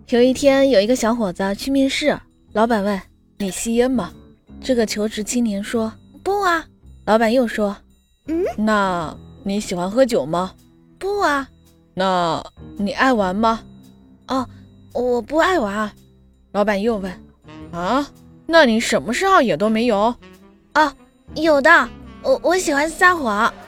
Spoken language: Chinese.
有一天，有一个小伙子去面试，老板问：“你吸烟吗？”这个求职青年说：“不啊。”老板又说：“那你喜欢喝酒吗？”“不啊。”“那你爱玩吗？”“哦，我不爱玩。”老板又问：“啊，那你什么嗜好也都没有？”“哦，有的，我喜欢撒谎。”